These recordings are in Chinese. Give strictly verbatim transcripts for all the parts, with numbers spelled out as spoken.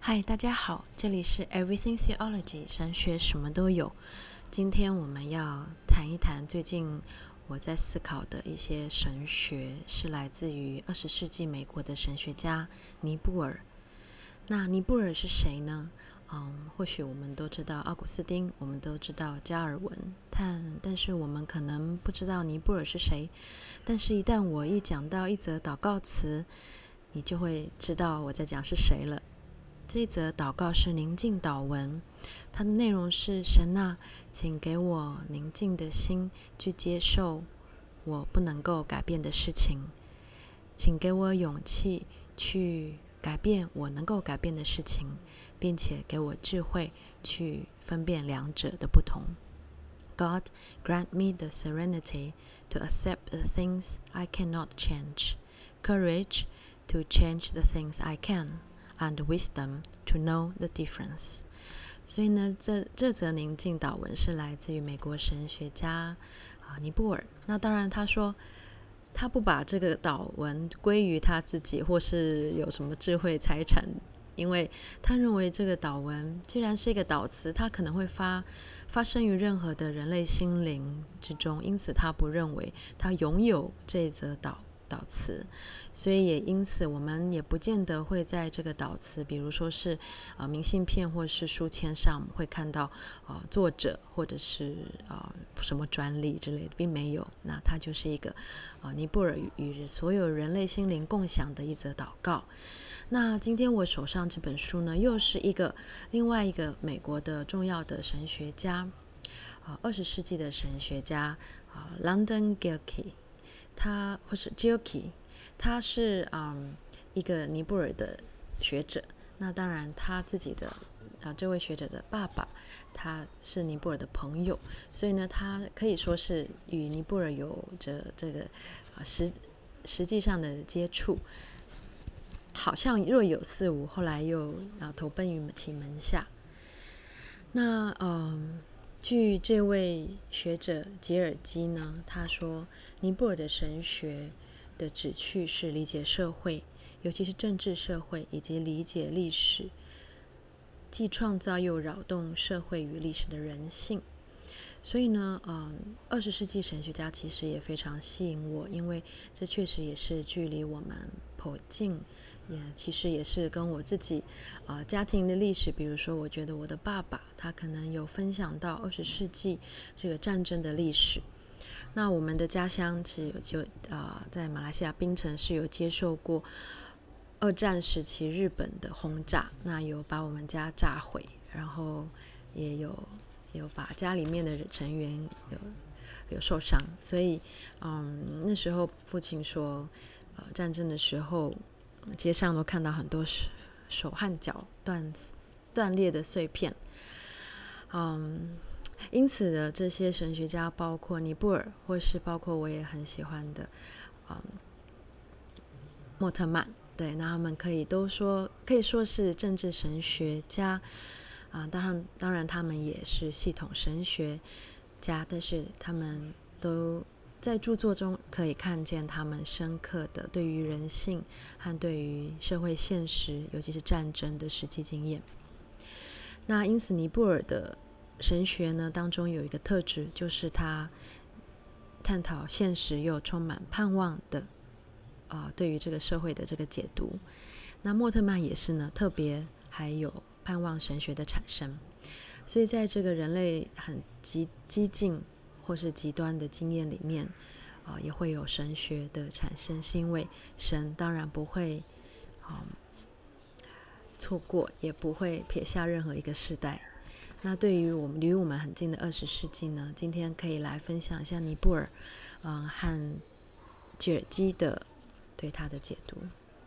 嗨，大家好，这里是 Everything Theology， 神学什么都有。今天我们要谈一谈最近我在思考的一些神学，是来自于二十世纪美国的神学家尼布尔。那尼布尔是谁呢？嗯，或许我们都知道奥古斯丁，我们都知道加尔文，但但是我们可能不知道尼布尔是谁。但是，一旦我一讲到一则祷告词，你就会知道我在讲是谁了。这一则祷告是宁静祷文，它的内容是：神啊，请给我宁静的心去接受我不能够改变的事情，请给我勇气去改变我能够改变的事情，并且给我智慧去分辨两者的不同。God, grant me the serenity to accept the things I cannot change, courage to change the things I can,and wisdom to know the difference. 所以呢，这这则宁静祷文是来自于美国神学家、啊、尼布尔。那当然，他说他不把这个祷文归于他自己，或是有什么智慧财产，因为他认为这个祷文既然是一个祷词，它可能会发发生于任何的人类心灵之中，因此他不认为他拥有这则祷祷词，所以也因此我们也不见得会在这个祷词，比如说是呃明信片或是书签上会看到呃作者或者是呃什么专利之类的，并没有。那它就是一个呃尼布尔与所有人类心灵共享的一则祷告。那今天我手上这本书呢，又是一个另外一个美国的重要的神学家，呃二十世纪的神学家啊、呃、London Gilkey。他或是 Gilkey， 他是、嗯、一个尼布尔的学者。那当然他自己的、呃、这位学者的爸爸他是尼布尔的朋友，所以呢他可以说是与尼布尔有着这个、呃、实实际上的接触，好像若有似无，后来又、呃、投奔于其门下。那嗯据这位学者杰尔基呢，他说尼布尔的神学的旨趣是理解社会，尤其是政治社会，以及理解历史，既创造又扰动社会与历史的人性。所以呢，嗯，二十世纪神学家其实也非常吸引我，因为这确实也是距离我们颇近，也其实也是跟我自己呃家庭的历史，比如说我觉得我的爸爸他可能有分享到二十世纪这个战争的历史。那我们的家乡是有就呃在马来西亚槟城是有接受过二战时期日本的轰炸，那有把我们家炸毁，然后也有有把家里面的成员有有受伤，所以嗯那时候父亲说呃战争的时候街上都看到很多手和脚断断裂的碎片。嗯，因此呢，这些神学家包括尼布尔，或是包括我也很喜欢的，嗯，莫特曼，对，那他们可以都说可以说是政治神学家，啊、呃，当然，当然他们也是系统神学家，但是他们都在著作中可以看见他们深刻的对于人性和对于社会现实，尤其是战争的实际经验。那因此尼布尔的神学呢当中有一个特质，就是他探讨现实又充满盼望的、呃、对于这个社会的这个解读。那莫特曼也是呢，特别还有盼望神学的产生。所以在这个人类很激激进或是极端的经验里面、呃、也会有神学的产生，是因为神当然不会、嗯错过，也不会撇下任何一个世代。那对于我们离我们很近的二十世纪呢，今天可以来分享一下尼布尔、嗯、和吉尔基的对他的解读。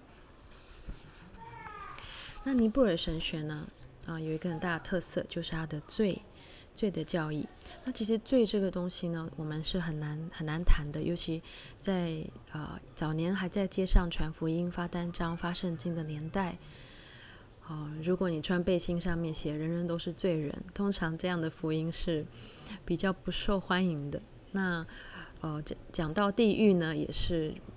那尼布尔神学呢、呃、有一个很大的特色，就是他的罪罪的教义。那其实罪这个东西呢，我们是很难很难谈的，尤其在、呃、早年还在街上传福音、发单张、发圣经的年代。哦、如果你穿背心上面写人人都是罪人，通常这样的福音是比较不受欢迎的。那呃讲到地狱呢，也是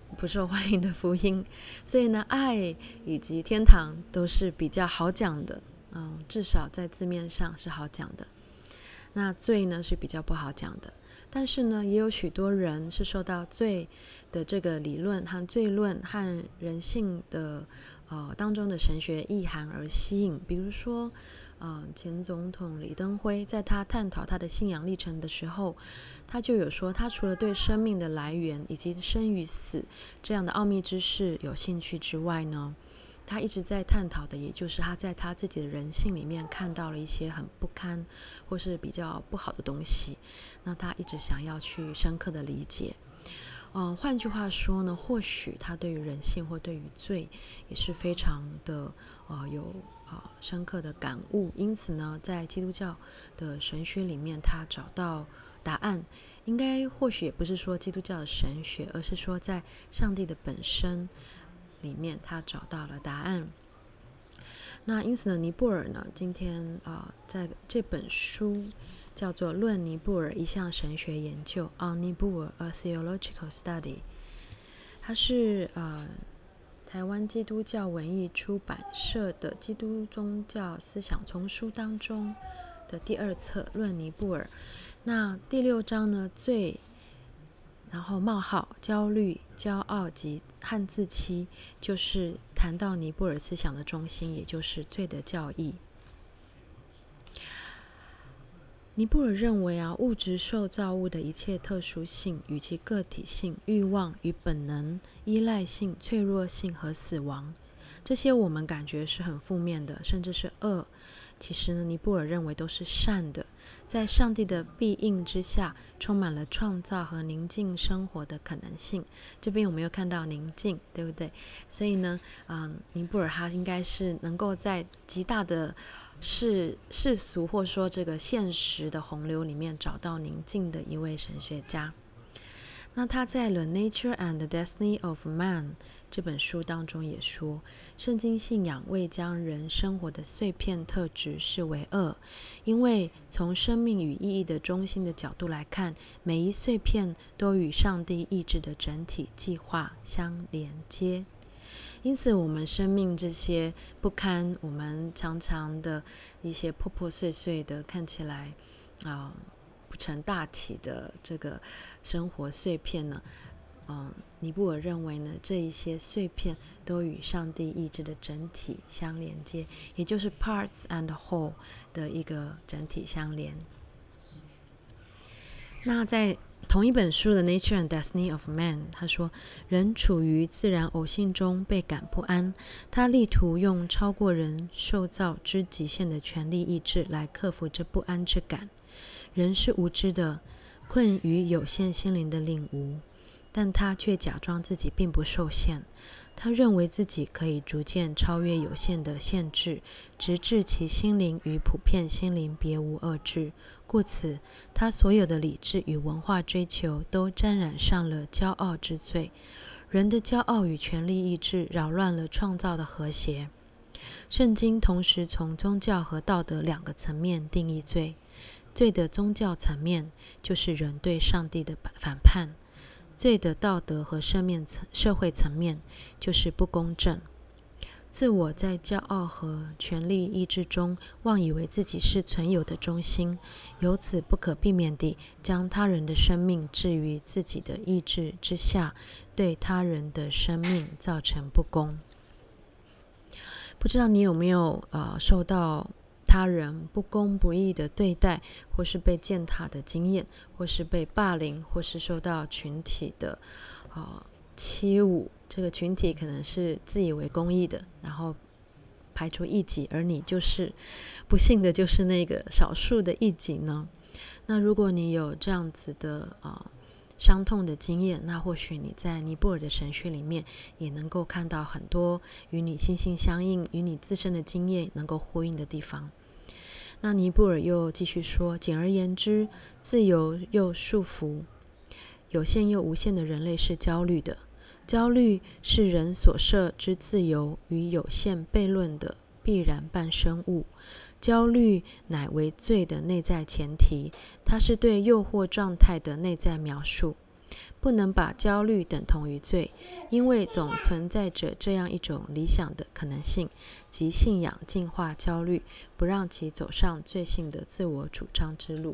不受欢迎的福音。所以呢，爱以及天堂都是比较好讲的，嗯，至少在字面上是好讲的。那罪呢是比较不好讲的。但是呢，也有许多人是受到罪的这个理论和罪论和人性的呃当中的神学意涵而吸引。比如说，呃，前总统李登辉在他探讨他的信仰历程的时候，他就有说，他除了对生命的来源以及生与死这样的奥秘知识有兴趣之外呢，他一直在探讨的，也就是他在他自己的人性里面看到了一些很不堪或是比较不好的东西，那他一直想要去深刻的理解。嗯，换句话说呢，或许他对于人性或对于罪也是非常的呃有呃深刻的感悟，因此呢，在基督教的神学里面，他找到答案。应该或许也不是说基督教的神学，而是说在上帝的本身里面他找到了答案。那因此呢，尼布尔呢今天啊、呃，在这本书叫做《论尼布尔一项神学研究》On Niebuhr, a Theological Study， 它是呃台湾基督教文艺出版社的基督宗教思想丛书当中的第二册《论尼布尔》。那第六章呢，罪，然后冒号焦虑、骄傲及和自欺，就是谈到尼布尔思想的中心，也就是罪的教义。尼布尔认为啊，物质受造物的一切特殊性与其个体性、欲望与本能、依赖性、脆弱性和死亡，这些我们感觉是很负面的，甚至是恶。其实呢，尼布尔认为都是善的，在上帝的庇荫之下，充满了创造和宁静生活的可能性。这边我们又看到宁静，对不对？所以呢，嗯，尼布尔他应该是能够在极大的世世俗或说这个现实的洪流里面找到宁静的一位神学家。那他在《The Nature and the Destiny of Man》这本书当中也说，圣经信仰未将人生活的碎片特质视为恶，因为从生命与意义的中心的角度来看，每一碎片都与上帝意志的整体计划相连接。因此我们生命这些不堪，我们常常的一些破破碎碎的，看起来啊、呃、不成大体的这个生活碎片呢，嗯，尼布尔认为呢，这一些碎片都与上帝意志的整体相连接，也就是 parts and whole 的一个整体相连。那在同一本书的《Nature and Destiny of Man》，他说，人处于自然偶性中倍感不安，他力图用超过人受造之极限的权力意志来克服这不安之感。人是无知的，困于有限心灵的领悟，但他却假装自己并不受限。他认为自己可以逐渐超越有限的限制，直至其心灵与普遍心灵别无二致。故此，他所有的理智与文化追求都沾染上了骄傲之罪。人的骄傲与权力意志扰乱了创造的和谐。圣经同时从宗教和道德两个层面定义罪。罪的宗教层面就是人对上帝的反叛，罪的道德和生命社会层面就是不公正。自我在骄傲和权力意志中妄以为自己是存有的中心，由此不可避免地将他人的生命置于自己的意志之下，对他人的生命造成不公。不知道你有没有呃受到他人不公不义的对待，或是被践踏的经验，或是被霸凌，或是受到群体的呃欺侮，这个群体可能是自以为公义的，然后排除异己，而你就是不幸的就是那个少数的异己呢？那如果你有这样子的呃伤痛的经验，那或许你在尼布尔的神学里面也能够看到很多与你心性相应，与你自身的经验能够呼应的地方。那尼布尔又继续说，简而言之，自由又束缚，有限又无限的人类是焦虑的。焦虑是人所设之自由与有限悖论的必然伴生物。焦虑乃为罪的内在前提，它是对诱惑状态的内在描述。 不能把焦虑等同于罪，因为总存在着这样一种理想的可能性，即信仰净化焦虑，不让其走上罪性的自我主张之路。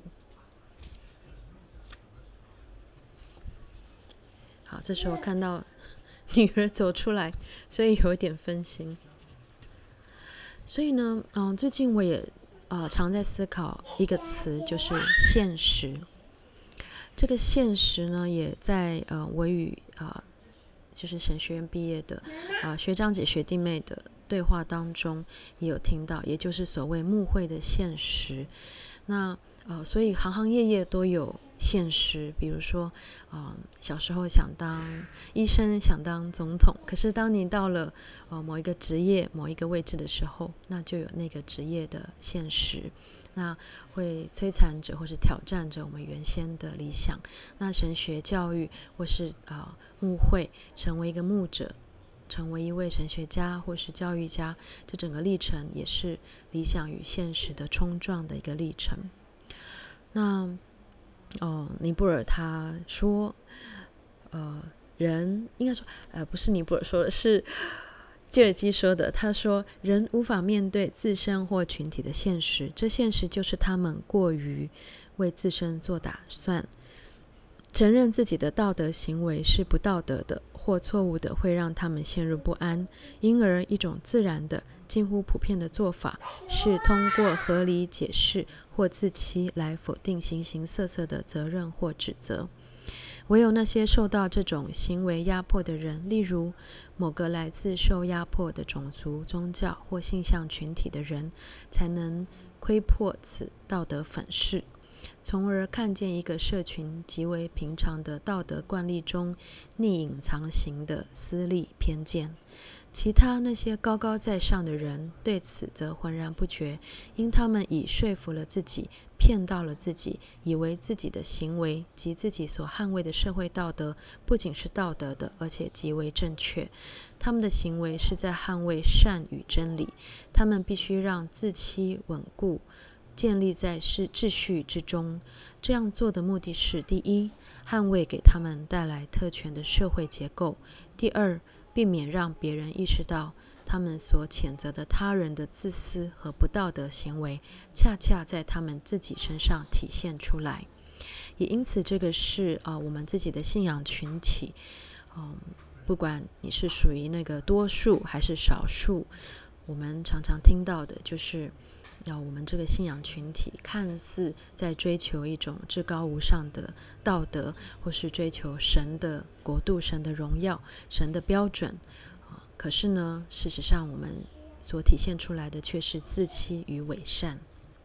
好，这时候看到女儿走出来，所以有一点分心。所以呢，嗯，最近我也呃常在思考一个词，就是现实。这个现实呢，也在呃我与啊、呃、就是神学院毕业的啊、呃、学长姐学弟妹的对话当中也有听到，也就是所谓牧会的现实。那呃，所以行行业业都有现实，比如说，呃，小时候想当医生，想当总统，可是当你到了呃某一个职业、某一个位置的时候，那就有那个职业的现实，那会摧残着或是挑战着我们原先的理想。那神学教育或是呃牧会，成为一个牧者，成为一位神学家或是教育家，这整个历程也是理想与现实的冲撞的一个历程。那哦，尼布尔他说，呃，人应该说，呃，不是尼布尔说的，是吉尔基说的。他说，人无法面对自身或群体的现实，这现实就是他们过于为自身做打算，承认自己的道德行为是不道德的或错误的，会让他们陷入不安。因而，一种自然的、近乎普遍的做法是通过合理解释或自欺来否定形形色色的责任或指责。唯有那些受到这种行为压迫的人，例如某个来自受压迫的种族、宗教或性向群体的人，才能窥破此道德粉饰，从而看见一个社群极为平常的道德惯例中逆隐藏型的私利偏见。其他那些高高在上的人对此则浑然不觉，因他们已说服了自己，骗到了自己，以为自己的行为及自己所捍卫的社会道德不仅是道德的，而且极为正确。他们的行为是在捍卫善与真理，他们必须让自欺稳固，建立在是秩序之中。这样做的目的是：第一，捍卫给他们带来特权的社会结构；第二，避免让别人意识到他们所谴责的他人的自私和不道德行为，恰恰在他们自己身上体现出来。也因此，这个是呃我们自己的信仰群体，嗯，不管你是属于那个多数还是少数，我们常常听到的就是要我们这个信仰群体看似在追求一种至高无上的道德，或是追求神的国度、神的荣耀、神的标准，可是呢，事实上我们所体现出来的却是自欺与伪善。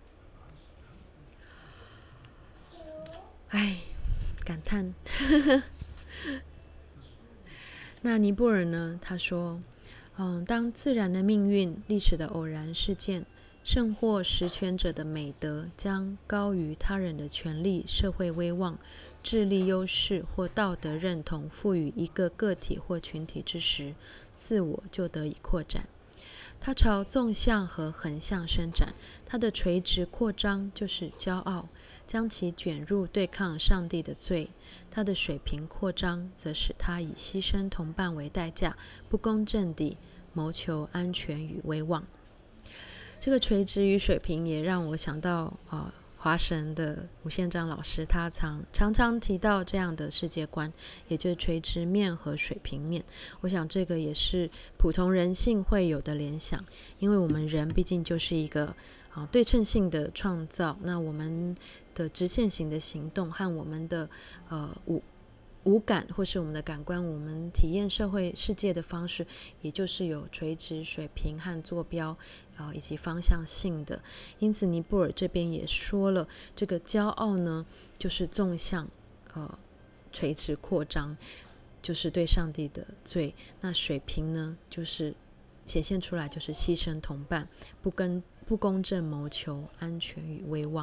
唉，感叹。那尼布尔呢？他说，嗯，当自然的命运、历史的偶然事件，甚或实权者的美德将高于他人的权利、社会威望、智力优势或道德认同赋予一个个体或群体之时，自我就得以扩展。它朝纵向和横向伸展，它的垂直扩张就是骄傲，将其卷入对抗上帝的罪；它的水平扩张，则使它以牺牲同伴为代价，不公正地谋求安全与威望。这个垂直与水平也让我想到呃华神的吴宪章老师，他常常常提到这样的世界观，也就是垂直面和水平面。我想这个也是普通人性会有的联想，因为我们人毕竟就是一个啊对称性的创造，那我们的直线型的行动和我们的呃五五感或是我们的感官，我们体验社会世界的方式，也就是有垂直、水平和坐标，呃，以及方向性的。因此，尼布尔这边也说了，这个骄傲呢，就是纵向，呃，垂直扩张，就是对上帝的罪；那水平呢，就是显现出来，就是牺牲同伴，不跟不公正谋求安全与威望。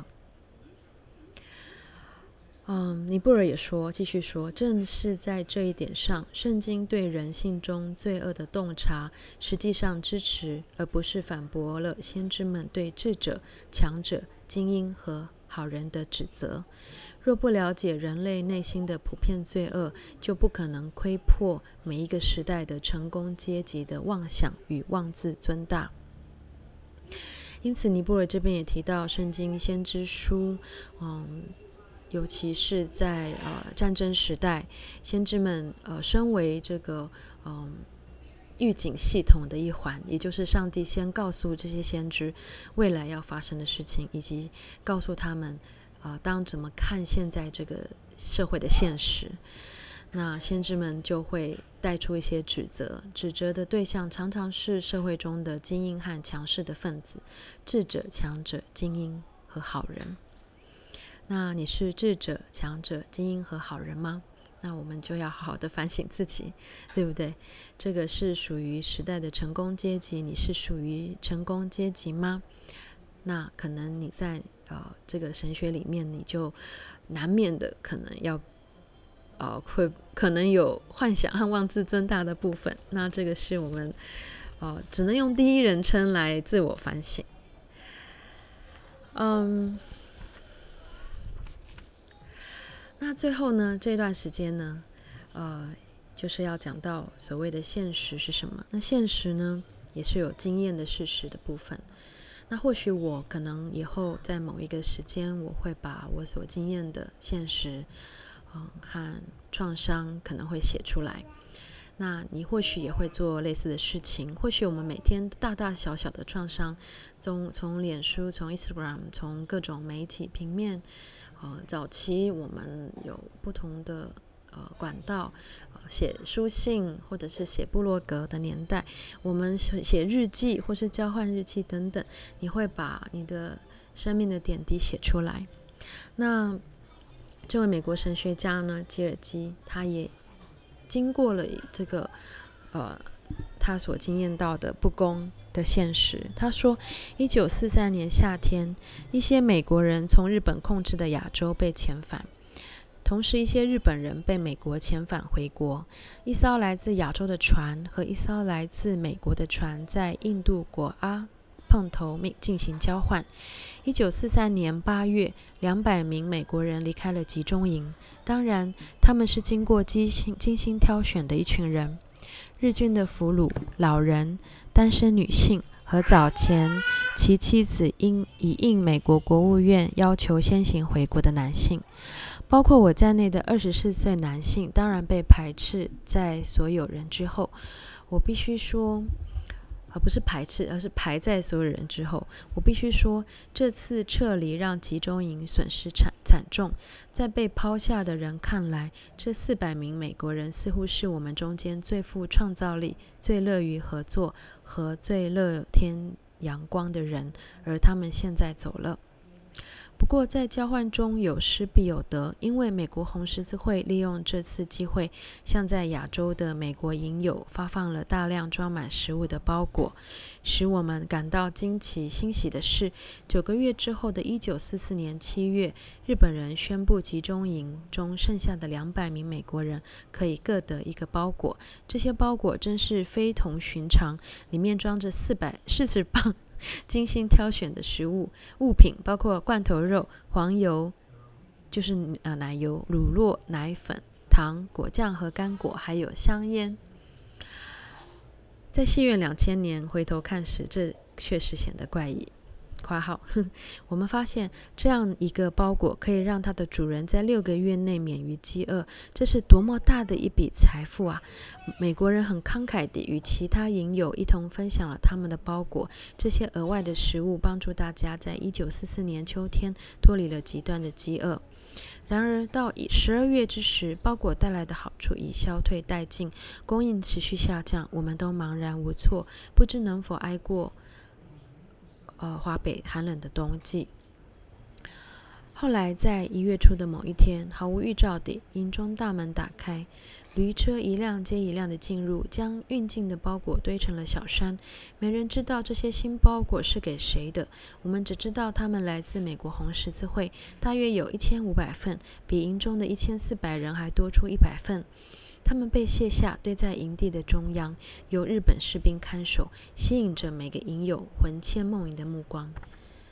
嗯，尼布尔也说，继续说，正是在这一点上，圣经对人性中罪恶的洞察，实际上支持而不是反驳了先知们对智者、强者、精英和好人的指责。 若不了解人类内心的普遍罪恶，就不可能窥破每一个时代的成功阶级的妄想与妄自尊大。因此尼泊尔这边也提到圣经先知书，嗯，尤其是在呃战争时代，先知们呃身为这个嗯预警系统的一环，也就是上帝先告诉这些先知未来要发生的事情，以及告诉他们呃当怎么看现在这个社会的现实。那先知们就会带出一些指责，指责的对象常常是社会中的精英和强势的分子，智者、强者、精英和好人。那你是智者、强者、精英和好人吗？那我们就要好好的反省自己，对不对？这个是属于时代的成功阶级，你是属于成功阶级吗？那可能你在呃这个神学里面，你就难免的可能要呃会可能有幻想和妄自尊大的部分。那这个是我们呃只能用第一人称来自我反省。嗯。那最后呢，这段时间呢，呃，就是要讲到所谓的现实是什么。那现实呢，也是有经验的事实的部分。那或许我可能以后在某一个时间，我会把我所经验的现实，嗯，和创伤可能会写出来。那你或许也会做类似的事情。或许我们每天大大小小的创伤，从从脸书、从 Instagram、从各种媒体平面。呃，早期我们有不同的呃管道，呃，写书信或者是写部落格的年代，我们写日记或是交换日记等等，你会把你的生命的点滴写出来。那这位美国神学家呢，吉尔基，他也经过了这个呃他所经验到的不公的现实。他说一九四三年夏天，一些美国人从日本控制的亚洲被遣返，同时一些日本人被美国遣返回国。一艘来自亚洲的船和一艘来自美国的船在印度国阿碰头进行交换。一九四三年八月，两百名美国人离开了集中营，当然他们是经过精心精心挑选的一群人。日军的俘虏、老人、单身女性和早前其妻子因已应美国国务院要求先行回国的男性，包括我在内的二十四岁男性，当然被排斥在所有人之后。我必须说，而不是排斥，而是排在所有人之后。我必须说，这次撤离让集中营损失惨惨重。在被抛下的人看来，这四百名美国人似乎是我们中间最富创造力、最乐于合作和最乐天阳光的人，而他们现在走了。不过在交换中有失必有得，因为美国红十字会利用这次机会，向在亚洲的美国营友发放了大量装满食物的包裹。使我们感到惊奇欣喜的是，九个月之后的一九四四年七月，日本人宣布集中营中剩下的两百名美国人可以各得一个包裹。这些包裹真是非同寻常，里面装着四百四十磅精心挑选的食物物品，包括罐头肉、黄油，就是呃奶油、乳酪、奶粉、糖、果酱和干果，还有香烟。在西元两千年回头看时，这确实显得怪异。括号我们发现这样一个包裹可以让它的主人在六个月内免于饥饿，这是多么大的一笔财富啊！美国人很慷慨地与其他营友一同分享了他们的包裹。这些额外的食物帮助大家在一九四四年秋天脱离了极端的饥饿。然而到十二月之时，包裹带来的好处已消退殆尽，供应持续下降，我们都茫然无措，不知能否挨过呃，华北寒冷的冬季。后来在一月初的某一天，毫无预兆地，营中大门打开，驴车一辆接一辆地进入，将运进的包裹堆成了小山。没人知道这些新包裹是给谁的，我们只知道它们来自美国红十字会，大约有一千五百份，比营中的一千四百人还多出一百份。他们被卸下，堆在营地的中央，由日本士兵看守，吸引着每个营友魂牵梦萦的目光。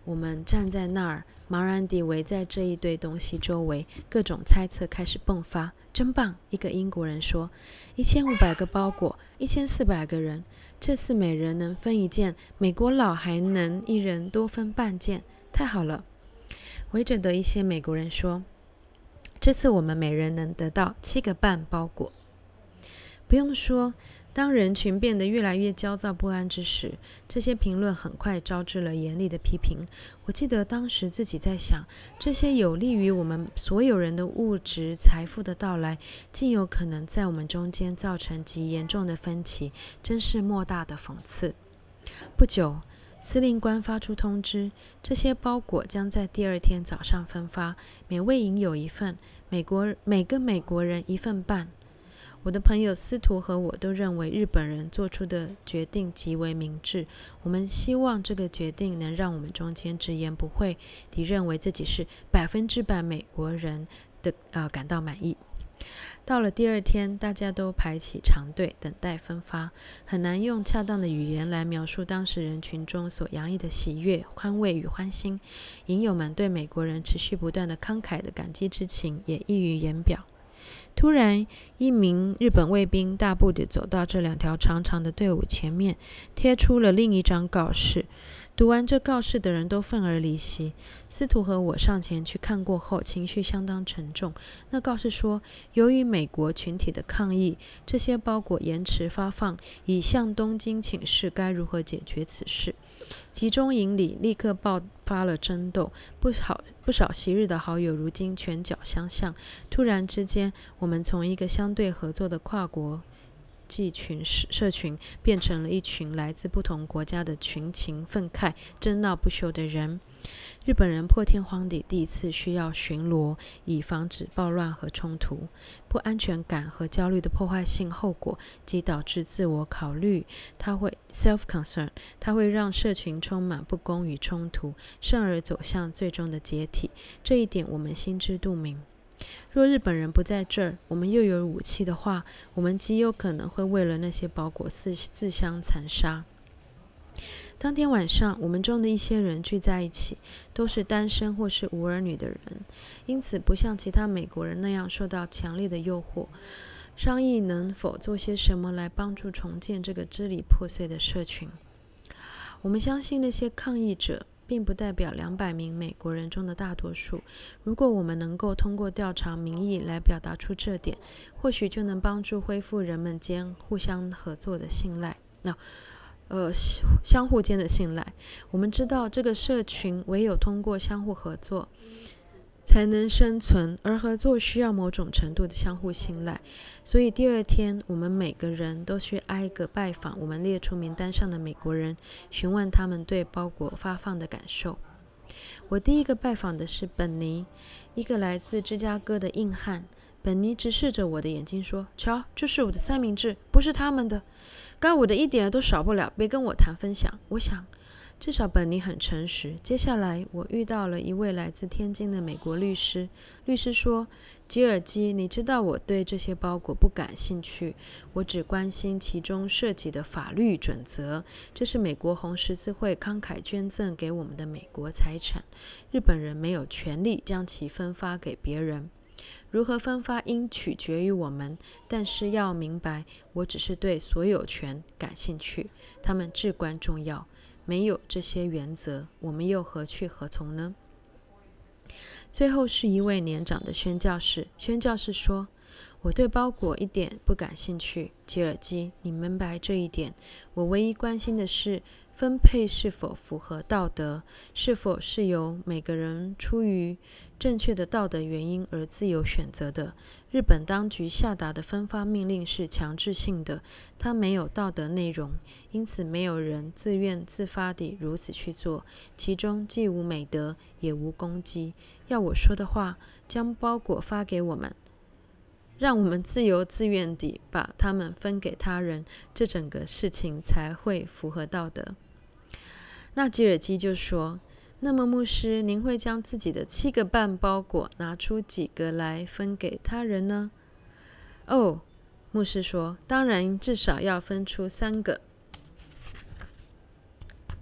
我们站在那儿，茫然地围在这一堆东西周围，各种猜测开始迸发。真棒！一个英国人说，一千五百个包裹，一千四百个人，这次每人能分一件，美国佬还能一人多分半件，太好了。围着的一些美国人说，这次我们每人能得到七个半包裹。不用说，当人群变得越来越焦躁不安之时，这些评论很快招致了严厉的批评。我记得当时自己在想，这些有利于我们所有人的物质财富的到来，竟有可能在我们中间造成极严重的分歧，真是莫大的讽刺。不久，司令官发出通知，这些包裹将在第二天早上分发，每位应有一份，美国每个美国人一份半。我的朋友司徒和我都认为日本人做出的决定极为明智，我们希望这个决定能让我们中间直言不讳地认为自己是百分之百美国人的呃感到满意。到了第二天，大家都排起长队等待分发，很难用恰当的语言来描述当时人群中所洋溢的喜悦、欢慰与欢欣。营友们对美国人持续不断的慷慨的感激之情也溢于言表。突然，一名日本卫兵大步地走到这两条长长的队伍前面，贴出了另一张告示。读完这告示的人都愤而离席。司徒和我上前去看过后，情绪相当沉重。那告示说，由于美国群体的抗议，这些包裹延迟发放，已向东京请示该如何解决此事。集中营里立刻爆发了争斗，不少不少昔日的好友如今拳脚相向。突然之间，我们从一个相对合作的跨国际群社群变成了一群来自不同国家的群情愤慨、争闹不休的人。日本人破天荒地第一次需要巡逻，以防止暴乱和冲突。不安全感和焦虑的破坏性后果即导致自我考虑，它会 self-concern， 它会让社群充满不公与冲突，甚而走向最终的解体。这一点我们心知肚明。若日本人不在这儿，我们又有武器的话，我们极有可能会为了那些包裹自自相残杀。当天晚上，我们中的一些人聚在一起，都是单身或是无儿女的人，因此不像其他美国人那样受到强烈的诱惑，商议能否做些什么来帮助重建这个支离破碎的社群。我们相信那些抗议者并不代表两百名美国人中的大多数。如果我们能够通过调查民意来表达出这点，或许就能帮助恢复人们间互相合作的信赖。那呃，相互间的信赖。我们知道这个社群唯有通过相互合作才能生存，而合作需要某种程度的相互信赖。所以第二天，我们每个人都去挨个拜访我们列出名单上的美国人，询问他们对包裹发放的感受。我第一个拜访的是本尼，一个来自芝加哥的硬汉。本尼直视着我的眼睛说，瞧，这是我的三明治，不是他们的。该我的一点都少不了，别跟我谈分享。我想至少本尼很诚实。接下来我遇到了一位来自天津的美国律师。律师说，吉尔基，你知道我对这些包裹不感兴趣，我只关心其中涉及的法律准则。这是美国红十字会慷慨捐赠给我们的美国财产，日本人没有权利将其分发给别人。如何分发应取决于我们，但是要明白，我只是对所有权感兴趣，它们至关重要。没有这些原则，我们又何去何从呢？最后是一位年长的宣教士，宣教士说，我对包裹一点不感兴趣，吉尔基，你明白这一点。我唯一关心的是分配是否符合道德，是否是由每个人出于正确的道德原因而自由选择的。日本当局下达的分发命令是强制性的，它没有道德内容，因此没有人自愿自发地如此去做，其中既无美德也无攻击。要我说的话，将包裹发给我们，让我们自由自愿地把它们分给他人，这整个事情才会符合道德。那吉尔基就说，那么牧师，您会将自己的七个半包裹拿出几个来分给他人呢？哦，牧师说，当然至少要分出三个。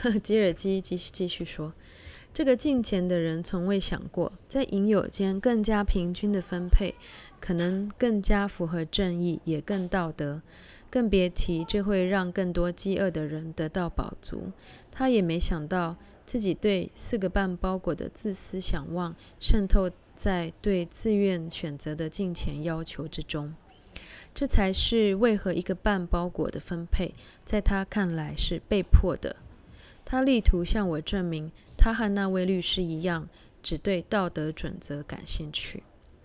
吉尔基继续继续说，这个进钱的人从未想过，在营有间更加平均的分配，可能更加符合正义，也更道德，更别提这会让更多饥饿的人得到饱足。他也没想到自己对四个半包裹的自私想望渗透在对自愿选择的金钱要求之中，这才是为何一个半包裹的分配在他看来是被迫的。他力图向我证明，他和那位律师一样，只对道德准则感兴趣。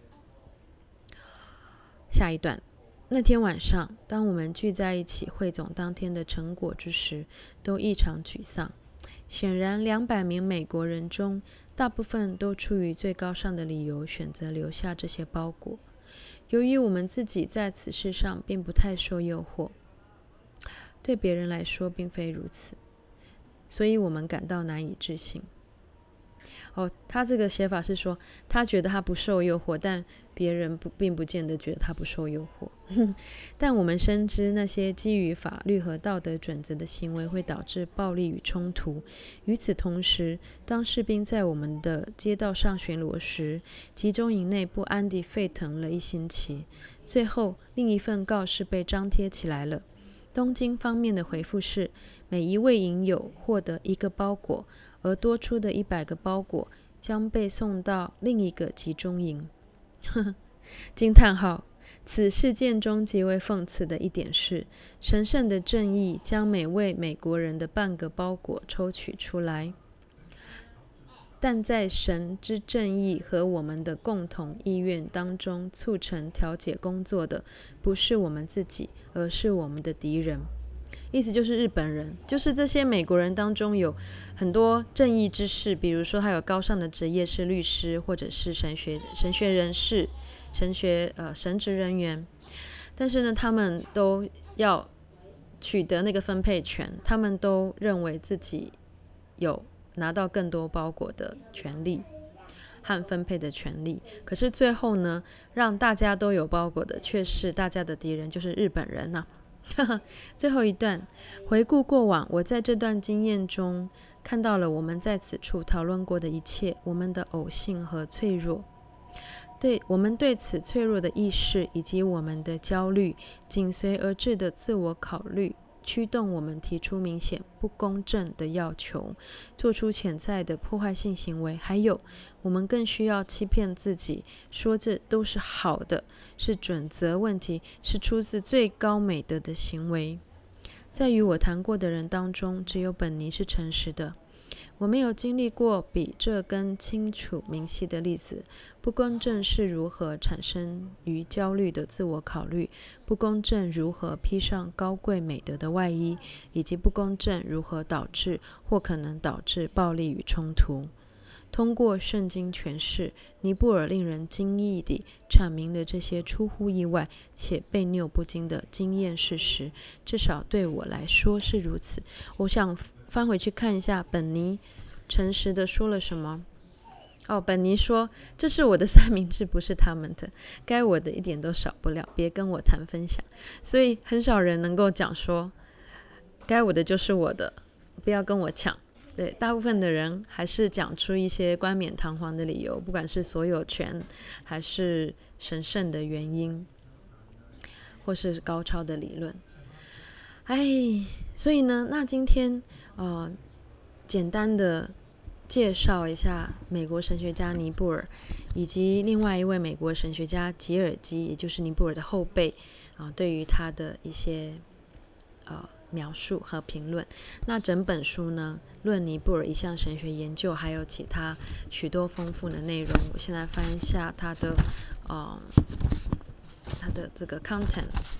下一段，那天晚上，当我们聚在一起汇总当天的成果之时，都异常沮丧。显然，两百名美国人中，大部分都出于最高尚的理由选择留下这些包裹。由于我们自己在此事上并不太受诱惑，对别人来说并非如此，所以我们感到难以置信。哦，他这个写法是说，他觉得他不受诱惑，但别人不并不见得觉得他不受诱惑。但我们深知那些基于法律和道德准则的行为会导致暴力与冲突。与此同时，当士兵在我们的街道上巡逻时，集中营内不安地沸腾了一星期。最后，另一份告示被张贴起来了。东京方面的回复是，每一位营友获得一个包裹，而多出的一百个包裹将被送到另一个集中营。惊叹号！此事件中极为讽刺的一点是，神圣的正义将每位美国人的半个包裹抽取出来，但在神之正义和我们的共同意愿当中促成调解工作的，不是我们自己，而是我们的敌人。意思就是日本人，就是这些美国人当中有很多正义之士，比如说他有高尚的职业是律师，或者是神学神学人士、神学呃神职人员，但是呢，他们都要取得那个分配权，他们都认为自己有拿到更多包裹的权利和分配的权利。可是最后呢，让大家都有包裹的却是大家的敌人，就是日本人啊。最后一段，回顾过往，我在这段经验中看到了我们在此处讨论过的一切，我们的偶性和脆弱，对我们对此脆弱的意识，以及我们的焦虑，紧随而至的自我考虑，驱动我们提出明显不公正的要求，做出潜在的破坏性行为。还有，我们更需要欺骗自己，说这都是好的，是准则问题，是出自最高美德的行为。在与我谈过的人当中，只有本尼是诚实的。我没有经历过比这更清楚明晰的例子。不公正是如何产生于焦虑的自我考虑，不公正如何披上高贵美德的外衣，以及不公正如何导致或可能导致暴力与冲突。通过圣经诠释，尼布尔令人惊异地阐明了这些出乎意外且被拗不惊的经验事实，至少对我来说是如此。我想翻回去看一下本尼诚实的说了什么。哦，本尼说，这是我的三明治，不是他们的，该我的一点都少不了，别跟我谈分享。所以很少人能够讲说，该我的就是我的，不要跟我抢。对，大部分的人还是讲出一些冠冕堂皇的理由，不管是所有权还是神圣的原因，或是高超的理论。哎，所以呢，那今天呃，简单的介绍一下美国神学家尼布尔，以及另外一位美国神学家吉尔基，也就是尼布尔的后辈啊、呃，对于他的一些呃描述和评论。那整本书呢，论尼布尔一项神学研究，还有其他许多丰富的内容。我现在翻一下他的呃他的这个 contents。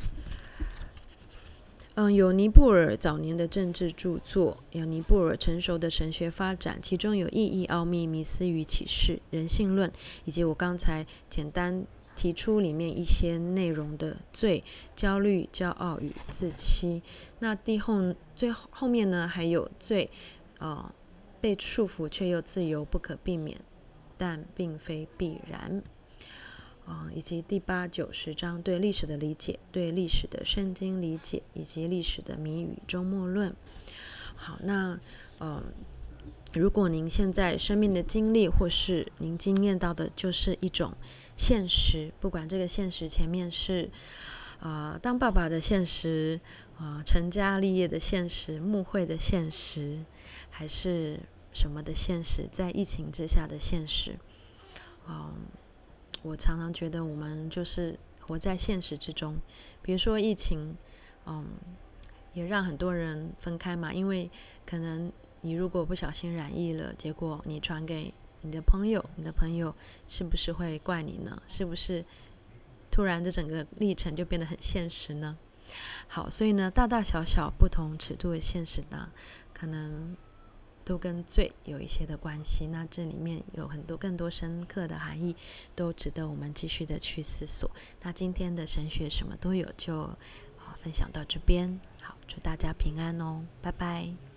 嗯，有尼布尔早年的政治著作，有尼布尔成熟的神学发展，其中有意义、奥秘、迷思与启示、人性论，以及我刚才简单提出里面一些内容的罪、焦虑、骄傲与自欺。那第后最后面呢，还有罪，呃，被束缚却又自由，不可避免，但并非必然。呃、以及第八、九十章对历史的理解，对历史的圣经理解，以及历史的谜语周末论。 好，那呃，如果您现在生命的经历或是您经验到的就是一种现实，不管这个现实前面是呃当爸爸的现实，呃成家立业的现实，牧会的现实，还是什么的现实，在疫情之下的现实，嗯，我常常觉得我们就是活在现实之中。比如说疫情，嗯，也让很多人分开嘛，因为可能你如果不小心染疫了，结果你传给你的朋友，你的朋友是不是会怪你呢？是不是突然这整个历程就变得很现实呢？好，所以呢，大大小小不同尺度的现实呢，可能都跟罪有一些的关系。那这里面有很多更多深刻的含义，都值得我们继续的去思索。那今天的神学什么都有就分享到这边，好，祝大家平安哦，拜拜。